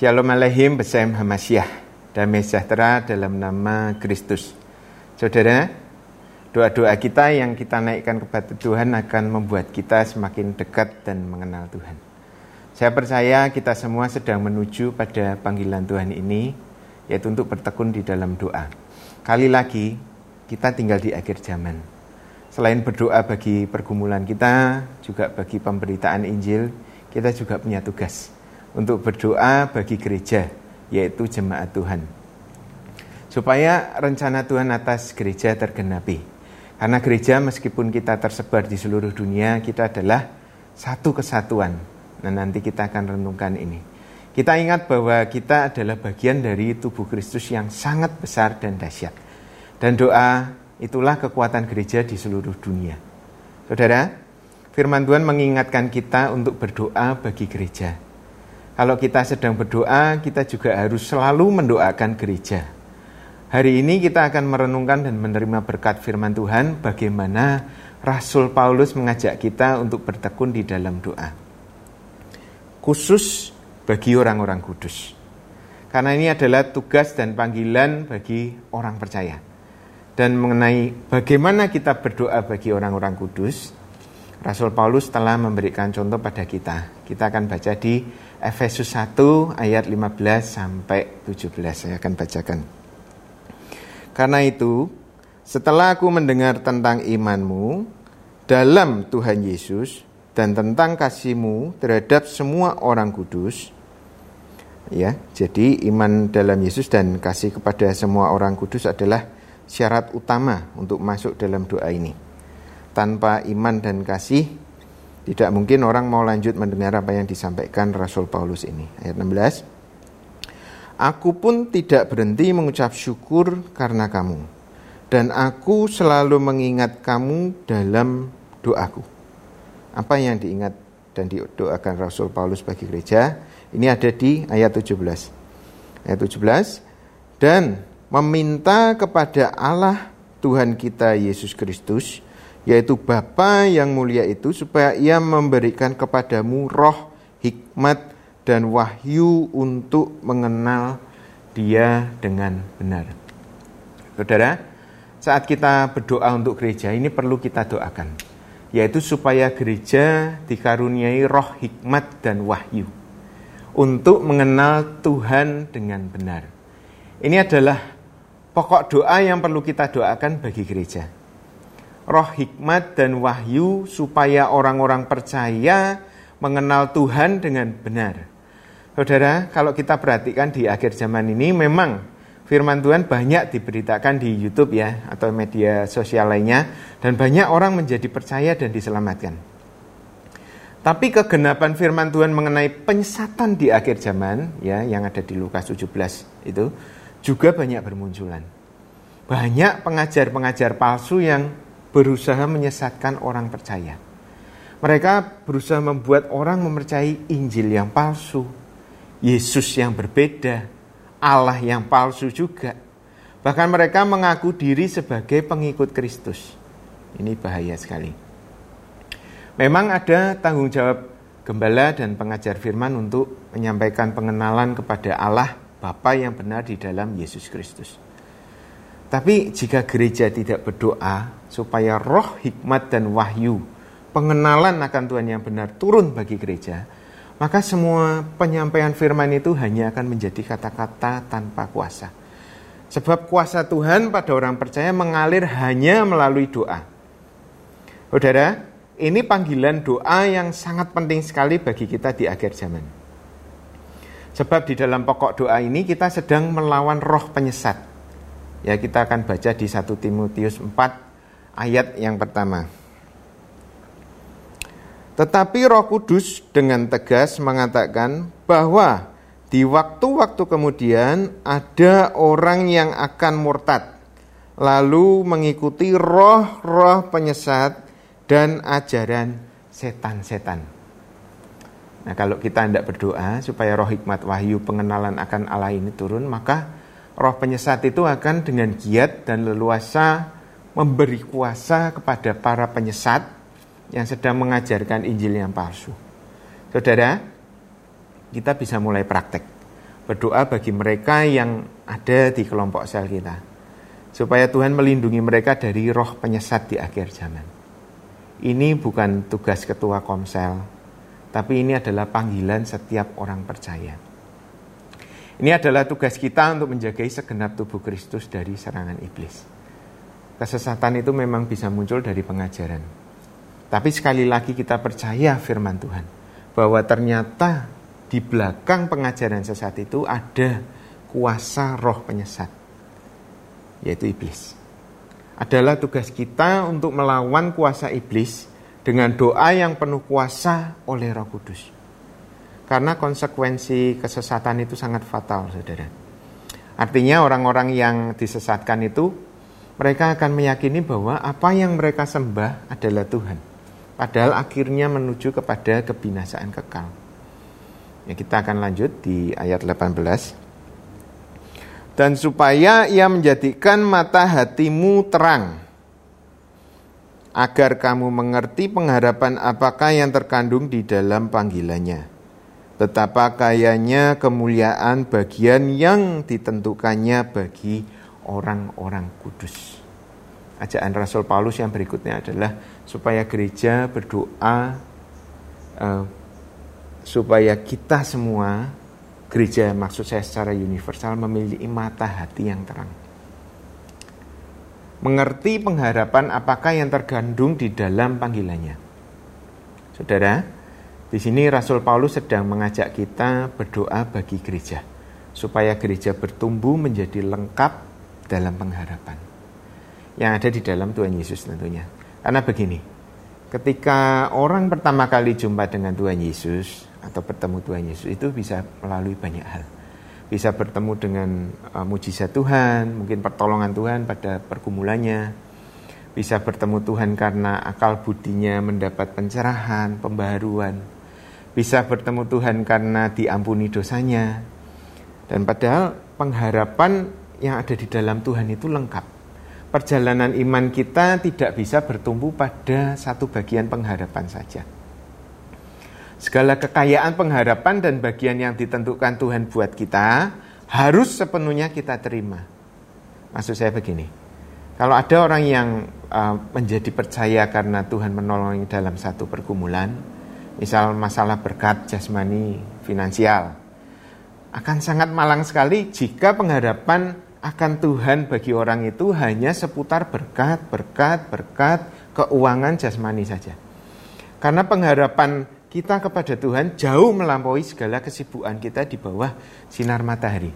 Shalom Aleichem Besem Hamasyah. Damai sejahtera dalam nama Kristus. Saudara, doa-doa kita yang kita naikkan kepada Tuhan akan membuat kita semakin dekat dan mengenal Tuhan. Saya percaya kita semua sedang menuju pada panggilan Tuhan ini, yaitu untuk bertekun di dalam doa. Kali lagi, kita tinggal di akhir zaman. Selain berdoa bagi pergumulan kita, juga bagi pemberitaan Injil, kita juga punya tugas untuk berdoa bagi gereja, yaitu jemaat Tuhan. Supaya rencana Tuhan atas gereja tergenapi. Karena gereja meskipun kita tersebar di seluruh dunia, kita adalah satu kesatuan. Nah, nanti kita akan renungkan ini. Kita ingat bahwa kita adalah bagian dari tubuh Kristus yang sangat besar dan dahsyat. Dan doa itulah kekuatan gereja di seluruh dunia. Saudara, firman Tuhan mengingatkan kita untuk berdoa bagi gereja. Kalau kita sedang berdoa, kita juga harus selalu mendoakan gereja. Hari ini kita akan merenungkan dan menerima berkat firman Tuhan bagaimana Rasul Paulus mengajak kita untuk bertekun di dalam doa. Khusus bagi orang-orang kudus. Karena ini adalah tugas dan panggilan bagi orang percaya. Dan mengenai bagaimana kita berdoa bagi orang-orang kudus, Rasul Paulus telah memberikan contoh pada kita. Kita akan baca di Efesus 1 ayat 15 sampai 17. Saya akan bacakan. Karena itu, setelah aku mendengar tentang imanmu dalam Tuhan Yesus dan tentang kasihmu terhadap semua orang kudus, ya, jadi iman dalam Yesus dan kasih kepada semua orang kudus adalah syarat utama untuk masuk dalam doa ini. Tanpa iman dan kasih, tidak mungkin orang mau lanjut mendengar apa yang disampaikan Rasul Paulus ini. Ayat 16. Aku pun tidak berhenti mengucap syukur karena kamu, dan aku selalu mengingat kamu dalam doaku. Apa yang diingat dan didoakan Rasul Paulus bagi gereja? Ini ada di ayat 17. Ayat 17. Dan meminta kepada Allah Tuhan kita Yesus Kristus, yaitu Bapa yang mulia itu, supaya Ia memberikan kepadamu roh, hikmat, dan wahyu untuk mengenal Dia dengan benar. Saudara, saat kita berdoa untuk gereja, ini perlu kita doakan, yaitu supaya gereja dikaruniai roh, hikmat, dan wahyu untuk mengenal Tuhan dengan benar. Ini adalah pokok doa yang perlu kita doakan bagi gereja. Roh, hikmat, dan wahyu supaya orang-orang percaya mengenal Tuhan dengan benar. Saudara, kalau kita perhatikan di akhir zaman ini, memang firman Tuhan banyak diberitakan di YouTube ya, atau media sosial lainnya, dan banyak orang menjadi percaya dan diselamatkan. Tapi kegenapan firman Tuhan mengenai penyesatan di akhir zaman, ya, yang ada di Lukas 17 itu, juga banyak bermunculan. Banyak pengajar-pengajar palsu yang berusaha menyesatkan orang percaya. Mereka berusaha membuat orang mempercayai Injil yang palsu, Yesus yang berbeda, Allah yang palsu juga. Bahkan mereka mengaku diri sebagai pengikut Kristus. Ini bahaya sekali. Memang ada tanggung jawab gembala dan pengajar firman untuk menyampaikan pengenalan kepada Allah Bapa yang benar di dalam Yesus Kristus. Tapi jika gereja tidak berdoa supaya roh, hikmat, dan wahyu, pengenalan akan Tuhan yang benar turun bagi gereja, maka semua penyampaian firman itu hanya akan menjadi kata-kata tanpa kuasa. Sebab kuasa Tuhan pada orang percaya mengalir hanya melalui doa. Saudara, ini panggilan doa yang sangat penting sekali bagi kita di akhir zaman. Sebab di dalam pokok doa ini kita sedang melawan roh penyesat. Ya, kita akan baca di 1 Timotius 4 ayat yang pertama. Tetapi Roh Kudus dengan tegas mengatakan bahwa di waktu-waktu kemudian ada orang yang akan murtad, lalu mengikuti roh-roh penyesat dan ajaran setan-setan. Nah, kalau kita tidak berdoa supaya roh, hikmat, wahyu, pengenalan akan Allah ini turun, maka roh penyesat itu akan dengan giat dan leluasa memberi kuasa kepada para penyesat yang sedang mengajarkan Injil yang palsu. Saudara, kita bisa mulai praktek Berdoa bagi mereka yang ada di kelompok sel kita, supaya Tuhan melindungi mereka dari roh penyesat di akhir zaman. Ini bukan tugas ketua komsel, tapi ini adalah panggilan setiap orang percaya. Ini adalah tugas kita untuk menjaga segenap tubuh Kristus dari serangan iblis. Kesesatan itu memang bisa muncul dari pengajaran. Tapi sekali lagi kita percaya firman Tuhan, bahwa ternyata di belakang pengajaran sesat itu ada kuasa roh penyesat, yaitu iblis. Adalah tugas kita untuk melawan kuasa iblis dengan doa yang penuh kuasa oleh Roh Kudus. Karena konsekuensi kesesatan itu sangat fatal, saudara. Artinya orang-orang yang disesatkan itu, mereka akan meyakini bahwa apa yang mereka sembah adalah Tuhan. Padahal akhirnya menuju kepada kebinasaan kekal. Ya, kita akan lanjut di ayat 18. Dan supaya ia menjadikan mata hatimu terang, agar kamu mengerti pengharapan apakah yang terkandung di dalam panggilannya, betapa kayanya kemuliaan bagian yang ditentukannya bagi orang-orang kudus. Ajakan Rasul Paulus yang berikutnya adalah supaya gereja berdoa, supaya kita semua, gereja maksud saya secara universal, memiliki mata hati yang terang. Mengerti pengharapan apakah yang terkandung di dalam panggilannya. Saudara, di sini Rasul Paulus sedang mengajak kita berdoa bagi gereja, supaya gereja bertumbuh menjadi lengkap dalam pengharapan yang ada di dalam Tuhan Yesus tentunya. Karena begini, ketika orang pertama kali jumpa dengan Tuhan Yesus atau bertemu Tuhan Yesus, itu bisa melalui banyak hal. Bisa bertemu dengan mujizat Tuhan, mungkin pertolongan Tuhan pada pergumulannya. Bisa bertemu Tuhan karena akal budinya mendapat pencerahan, pembaharuan. Bisa bertemu Tuhan karena diampuni dosanya. Dan padahal pengharapan yang ada di dalam Tuhan itu lengkap. Perjalanan iman kita tidak bisa bertumbuh pada satu bagian pengharapan saja. Segala kekayaan pengharapan dan bagian yang ditentukan Tuhan buat kita harus sepenuhnya kita terima. Maksud saya begini, kalau ada orang yang menjadi percaya karena Tuhan menolong dalam satu pergumulan, misal masalah berkat jasmani, finansial, akan sangat malang sekali jika pengharapan akan Tuhan bagi orang itu hanya seputar berkat, keuangan jasmani saja. Karena pengharapan kita kepada Tuhan jauh melampaui segala kesibukan kita di bawah sinar matahari.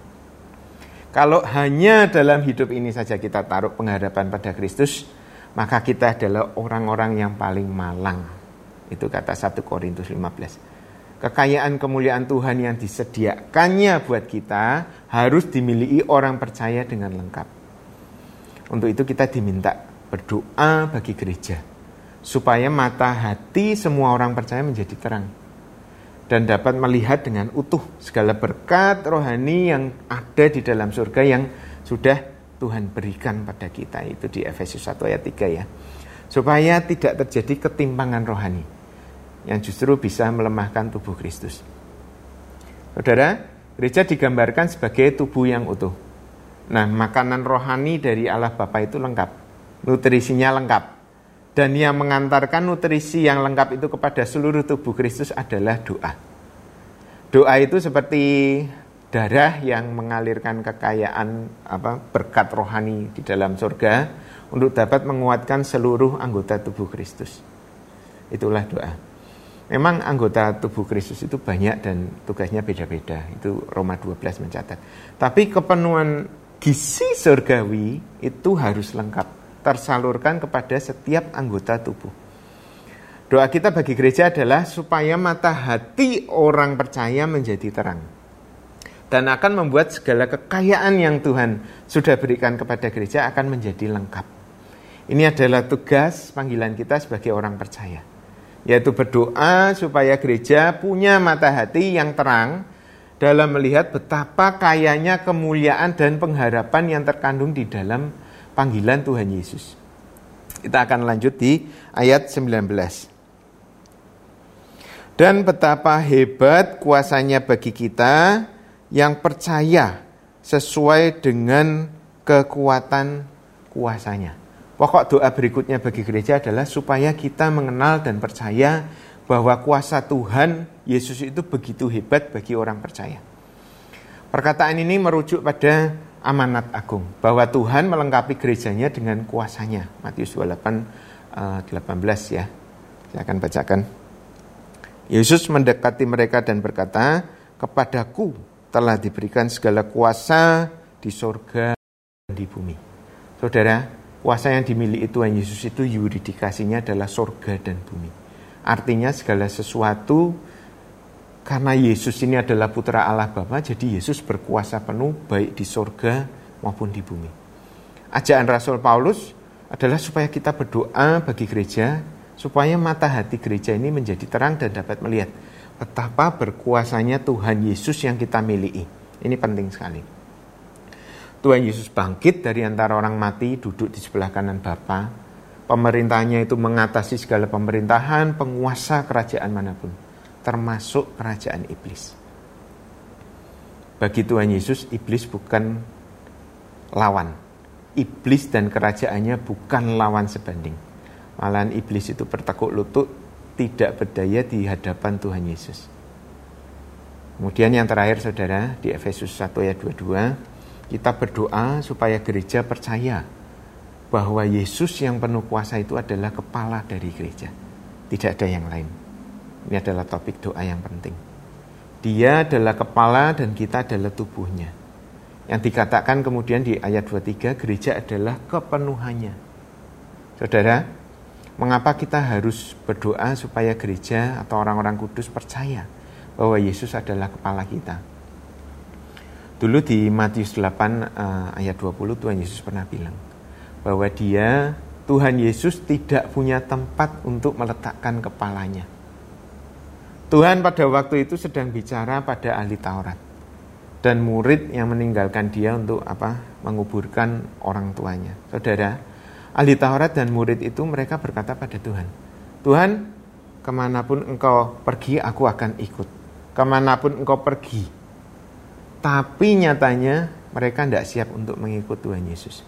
Kalau hanya dalam hidup ini saja kita taruh pengharapan pada Kristus, maka kita adalah orang-orang yang paling malang. Itu kata 1 Korintus 15. Kekayaan kemuliaan Tuhan yang disediakannya buat kita harus dimiliki orang percaya dengan lengkap. Untuk itu kita diminta berdoa bagi gereja, supaya mata hati semua orang percaya menjadi terang dan dapat melihat dengan utuh segala berkat rohani yang ada di dalam surga yang sudah Tuhan berikan pada kita. Itu di Efesus 1 ayat 3 ya. Supaya tidak terjadi ketimpangan rohani yang justru bisa melemahkan tubuh Kristus. Saudara, gereja digambarkan sebagai tubuh yang utuh. Nah, makanan rohani dari Allah Bapa itu lengkap, nutrisinya lengkap. Dan yang mengantarkan nutrisi yang lengkap itu kepada seluruh tubuh Kristus adalah doa. Doa itu seperti darah yang mengalirkan kekayaan berkat rohani di dalam surga untuk dapat menguatkan seluruh anggota tubuh Kristus. Itulah doa. Memang anggota tubuh Kristus itu banyak dan tugasnya beda-beda. Itu Roma 12 mencatat. Tapi kepenuhan gizi surgawi itu harus lengkap, tersalurkan kepada setiap anggota tubuh. Doa kita bagi gereja adalah supaya mata hati orang percaya menjadi terang dan akan membuat segala kekayaan yang Tuhan sudah berikan kepada gereja akan menjadi lengkap. Ini adalah tugas panggilan kita sebagai orang percaya, yaitu berdoa supaya gereja punya mata hati yang terang dalam melihat betapa kayanya kemuliaan dan pengharapan yang terkandung di dalam panggilan Tuhan Yesus. Kita akan lanjut di ayat 19. Dan betapa hebat kuasanya bagi kita yang percaya sesuai dengan kekuatan kuasanya. Pokok doa berikutnya bagi gereja adalah supaya kita mengenal dan percaya bahwa kuasa Tuhan Yesus itu begitu hebat bagi orang percaya. Perkataan ini merujuk pada amanat agung, bahwa Tuhan melengkapi gerejanya dengan kuasanya. Matius 28, 18 ya. Saya akan bacakan. Yesus mendekati mereka dan berkata, "Kepadaku telah diberikan segala kuasa di sorga dan di bumi." Saudara, kuasa yang dimiliki Tuhan Yesus itu yuridikasinya adalah sorga dan bumi. Artinya segala sesuatu, karena Yesus ini adalah putra Allah Bapa, jadi Yesus berkuasa penuh baik di sorga maupun di bumi. Ajakan Rasul Paulus adalah supaya kita berdoa bagi gereja, supaya mata hati gereja ini menjadi terang dan dapat melihat betapa berkuasanya Tuhan Yesus yang kita miliki. Ini penting sekali. Tuhan Yesus bangkit dari antara orang mati, duduk di sebelah kanan Bapa. Pemerintahnya itu mengatasi segala pemerintahan, penguasa kerajaan manapun, termasuk kerajaan iblis. Bagi Tuhan Yesus, iblis bukan lawan. Iblis dan kerajaannya bukan lawan sebanding. Malahan iblis itu bertekuk lutut, tidak berdaya di hadapan Tuhan Yesus. Kemudian yang terakhir saudara, di Efesus 1 ayat 22, kita berdoa supaya gereja percaya bahwa Yesus yang penuh kuasa itu adalah kepala dari gereja. Tidak ada yang lain. Ini adalah topik doa yang penting. Dia adalah kepala dan kita adalah tubuhnya. Yang dikatakan kemudian di ayat 23, gereja adalah kepenuhannya. Saudara, mengapa kita harus berdoa supaya gereja atau orang-orang kudus percaya bahwa Yesus adalah kepala kita? Dulu di Matius 8 ayat 20 Tuhan Yesus pernah bilang bahwa Tuhan Yesus tidak punya tempat untuk meletakkan kepalanya. Tuhan pada waktu itu sedang bicara pada ahli Taurat dan murid yang meninggalkan dia untuk menguburkan orang tuanya. Saudara, ahli Taurat dan murid itu mereka berkata pada Tuhan, "Tuhan, kemanapun engkau pergi aku akan ikut. Kemanapun engkau pergi." Tapi nyatanya mereka tidak siap untuk mengikut Tuhan Yesus.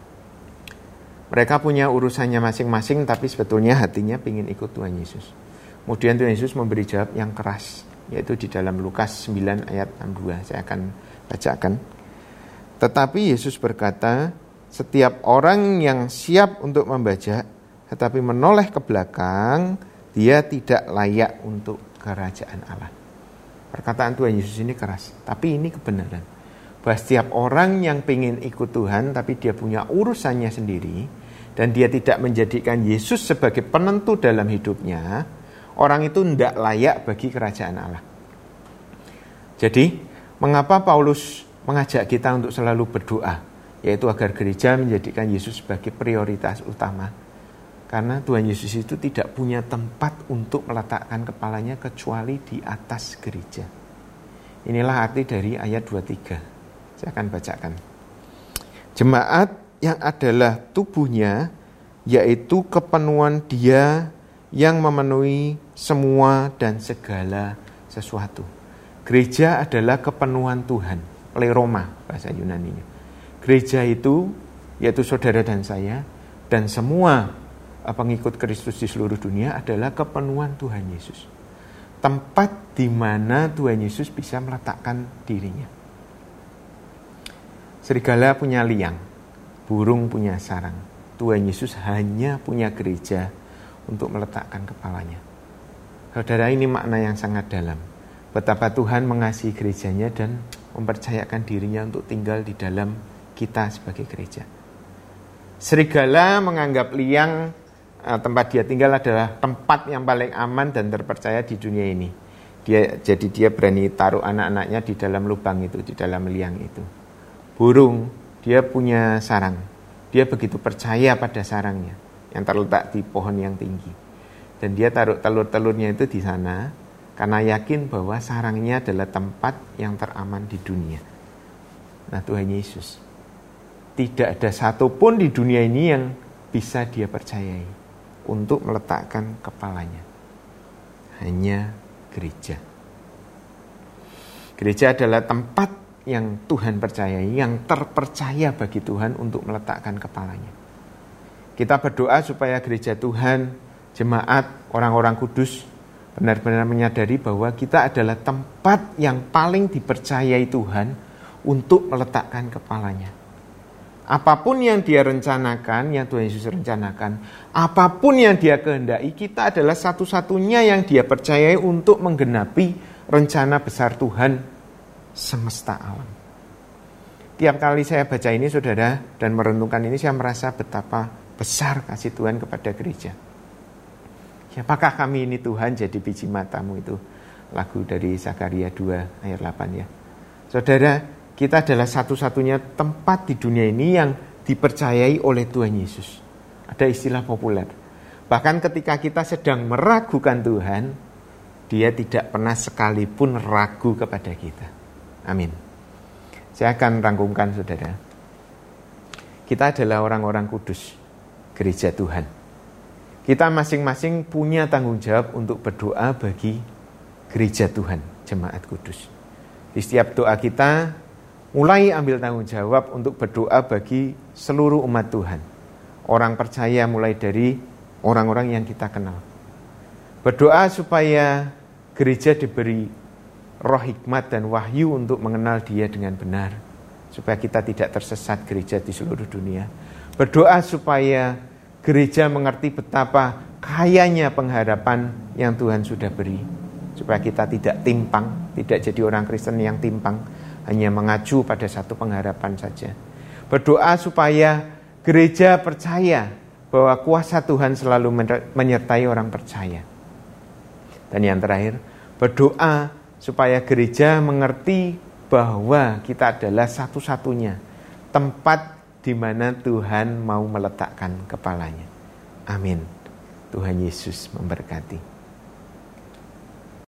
Mereka punya urusannya masing-masing, tapi sebetulnya hatinya ingin ikut Tuhan Yesus. Kemudian Tuhan Yesus memberi jawab yang keras, yaitu di dalam Lukas 9 ayat 62. Saya akan bacakan. Tetapi Yesus berkata, "Setiap orang yang siap untuk membajak, tetapi menoleh ke belakang, dia tidak layak untuk kerajaan Allah." Perkataan Tuhan Yesus ini keras, tapi ini kebenaran. Bahwa setiap orang yang ingin ikut Tuhan, tapi dia punya urusannya sendiri, dan dia tidak menjadikan Yesus sebagai penentu dalam hidupnya, orang itu tidak layak bagi kerajaan Allah. Jadi, mengapa Paulus mengajak kita untuk selalu berdoa, yaitu agar gereja menjadikan Yesus sebagai prioritas utama? Karena Tuhan Yesus itu tidak punya tempat untuk meletakkan kepalanya kecuali di atas gereja. Inilah arti dari ayat 23. Saya akan bacakan. Jemaat yang adalah tubuhnya, yaitu kepenuhan Dia yang memenuhi semua dan segala sesuatu. Gereja adalah kepenuhan Tuhan, pleroma bahasa Yunaninya. Gereja itu, yaitu saudara dan saya, dan semua pengikut Kristus di seluruh dunia adalah kepenuhan Tuhan Yesus. Tempat di mana Tuhan Yesus bisa meletakkan dirinya. Serigala punya liang, burung punya sarang. Tuhan Yesus hanya punya gereja untuk meletakkan kepalanya. Saudara, ini makna yang sangat dalam. Betapa Tuhan mengasihi gerejanya dan mempercayakan dirinya untuk tinggal di dalam kita sebagai gereja. Serigala menganggap liang tempat dia tinggal adalah tempat yang paling aman dan terpercaya di dunia ini. Jadi dia berani taruh anak-anaknya di dalam lubang itu, di dalam liang itu. Burung, dia punya sarang. Dia begitu percaya pada sarangnya yang terletak di pohon yang tinggi. Dan dia taruh telur-telurnya itu di sana karena yakin bahwa sarangnya adalah tempat yang teraman di dunia. Nah, Tuhan Yesus, tidak ada satupun di dunia ini yang bisa dia percayai untuk meletakkan kepalanya. Hanya gereja. Gereja adalah tempat yang Tuhan percayai, yang terpercaya bagi Tuhan untuk meletakkan kepalanya. Kita berdoa supaya gereja Tuhan, jemaat, orang-orang kudus benar-benar menyadari bahwa kita adalah tempat yang paling dipercayai Tuhan untuk meletakkan kepalanya. Apapun yang dia rencanakan, yang Tuhan Yesus rencanakan, apapun yang dia kehendaki, kita adalah satu-satunya yang dia percayai untuk menggenapi rencana besar Tuhan semesta alam. Tiap kali saya baca ini, saudara, dan merenungkan ini, saya merasa betapa besar kasih Tuhan kepada gereja. Siapakah kami ini Tuhan, jadi biji matamu, itu lagu dari Zakaria 2 ayat 8 ya. Saudara, kita adalah satu-satunya tempat di dunia ini yang dipercayai oleh Tuhan Yesus. Ada istilah populer. Bahkan ketika kita sedang meragukan Tuhan, dia tidak pernah sekalipun ragu kepada kita. Amin. Saya akan rangkumkan, saudara. Kita adalah orang-orang kudus, gereja Tuhan. Kita masing-masing punya tanggung jawab untuk berdoa bagi gereja Tuhan, jemaat kudus. Di setiap doa kita, mulai ambil tanggung jawab untuk berdoa bagi seluruh umat Tuhan. Orang percaya mulai dari orang-orang yang kita kenal. Berdoa supaya gereja diberi roh hikmat dan wahyu untuk mengenal Dia dengan benar. Supaya kita tidak tersesat gereja di seluruh dunia. Berdoa supaya gereja mengerti betapa kayanya pengharapan yang Tuhan sudah beri. Supaya kita tidak timpang, tidak jadi orang Kristen yang timpang, hanya mengacu pada satu pengharapan saja. Berdoa supaya gereja percaya bahwa kuasa Tuhan selalu menyertai orang percaya. Dan yang terakhir, berdoa supaya gereja mengerti bahwa kita adalah satu-satunya tempat di mana Tuhan mau meletakkan kepalanya. Amin. Tuhan Yesus memberkati.